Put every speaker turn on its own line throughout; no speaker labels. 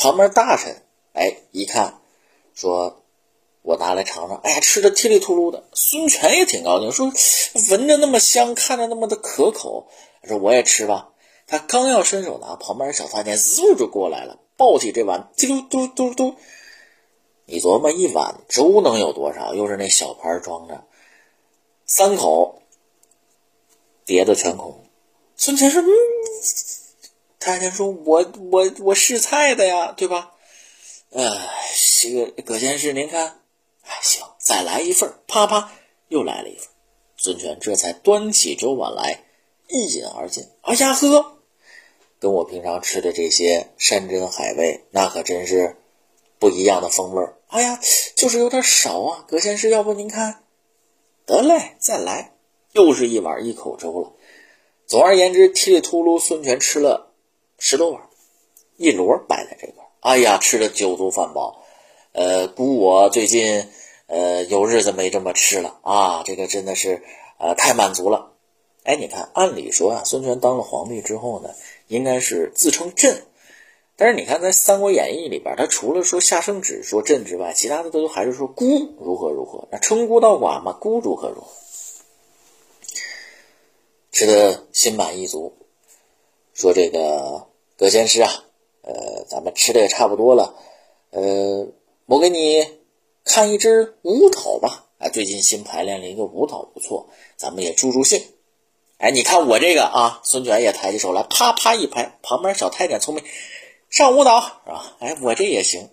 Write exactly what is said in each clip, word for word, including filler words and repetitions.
旁边大臣哎一看说我拿来尝尝，哎呀吃的踢里秃噜的。孙权也挺高兴，说闻着那么香，看着那么的可口，说我也吃吧。他刚要伸手拿，旁边小太监嗖就过来了，抱起这碗嘟嘟嘟嘟。你琢磨一碗粥能有多少，又是那小盘装着，三口叠的全空。孙权说嗯，太监说我我我是菜的呀，对吧？呃这个葛先生您看，哎行，再来一份，啪啪又来了一份。孙权这才端起粥碗来一饮而尽。哎呀呵，跟我平常吃的这些山珍海味那可真是不一样的风味。哎呀就是有点少啊，葛先生要不您看。得嘞，再来，又是一碗一口粥了。总而言之，踢里秃噜孙权吃了十多碗，一摞摆在这块。哎呀吃的酒足饭饱，呃估我最近呃有日子没这么吃了啊，这个真的是呃太满足了。哎你看按理说啊，孙权当了皇帝之后呢应该是自称朕，但是你看在三国演义里边，他除了说夏圣旨说朕之外，其他的都还是说孤如何如何，那称孤道寡嘛，孤如何如何。吃的心满意足，说这个葛先生啊，呃咱们吃的也差不多了，呃我给你看一支舞蹈吧，啊最近新排练了一个舞蹈不错，咱们也助助兴。哎你看我这个啊，孙权也抬起手来啪啪一拍，旁边小太监聪明，上舞蹈是吧？哎我这也行。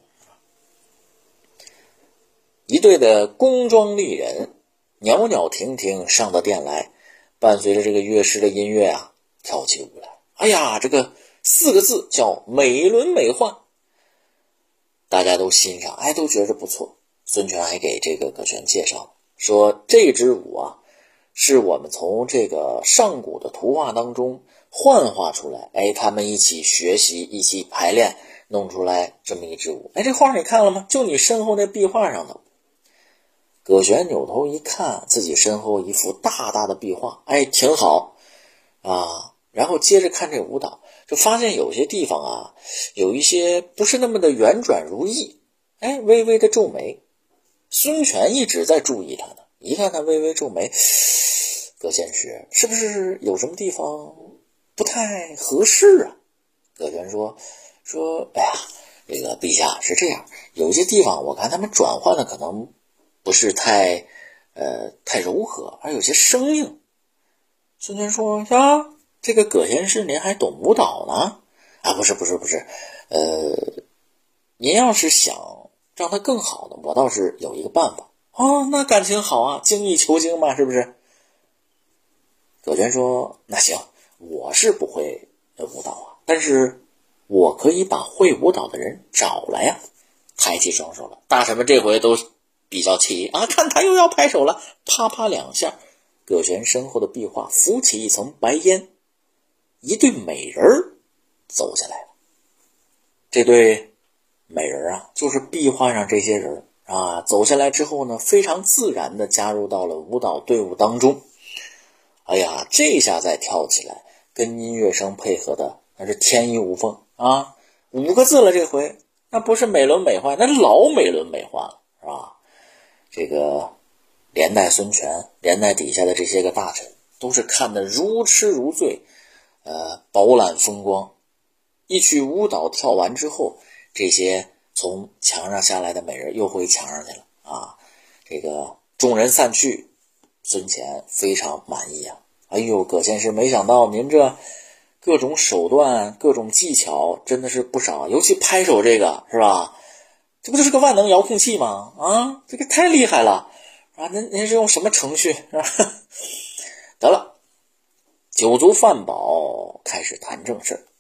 一队的宫装丽人袅袅婷婷上到殿来，伴随着这个乐师的音乐啊跳起舞来。哎呀这个四个字叫美轮美奂，大家都欣赏，哎都觉得不错。孙权还给这个葛全介绍说，这支舞啊是我们从这个上古的图画当中幻化出来，哎他们一起学习一起排练弄出来这么一支舞。哎这画你看了吗？就你身后那壁画上头。葛玄扭头一看自己身后一幅大大的壁画，哎挺好啊，然后接着看这舞蹈，就发现有些地方啊有一些不是那么的圆转如意，哎微微的皱眉。孙权一直在注意他呢，一看他微微皱眉，葛先生是不是有什么地方不太合适啊？葛玄说说哎呀这个陛下是这样，有一些地方我看他们转换的可能不是太呃太柔和，而有些生硬。孙权说呀这个葛先生您还懂舞蹈呢？啊不是不是不是呃您要是想让它更好的，我倒是有一个办法。哦那感情好啊，精益求精嘛，是不是？葛玄说那行，我是不会舞蹈啊，但是我可以把会舞蹈的人找来呀。抬起双手了，大臣们这回都比较气啊，看他又要拍手了，啪啪两下，葛玄身后的壁画浮起一层白烟，一对美人走下来了。这对美人啊就是壁画上这些人啊，走下来之后呢非常自然的加入到了舞蹈队伍当中。哎呀这下再跳起来跟音乐声配合的那是天衣无缝啊，五个字了这回，那不是美轮美奂，那老美轮美奂了，是吧？这个连带孙权，连带底下的这些个大臣，都是看得如痴如醉，呃，饱览风光。一曲舞蹈跳完之后，这些从墙上下来的美人又回墙上去了啊！这个众人散去，孙权非常满意啊！哎呦，葛先生，没想到您这各种手段各种技巧真的是不少，尤其拍手这个是吧，这不就是个万能遥控器吗？啊，这个太厉害了啊！您您是用什么程序？得了，酒足饭饱开始谈正事。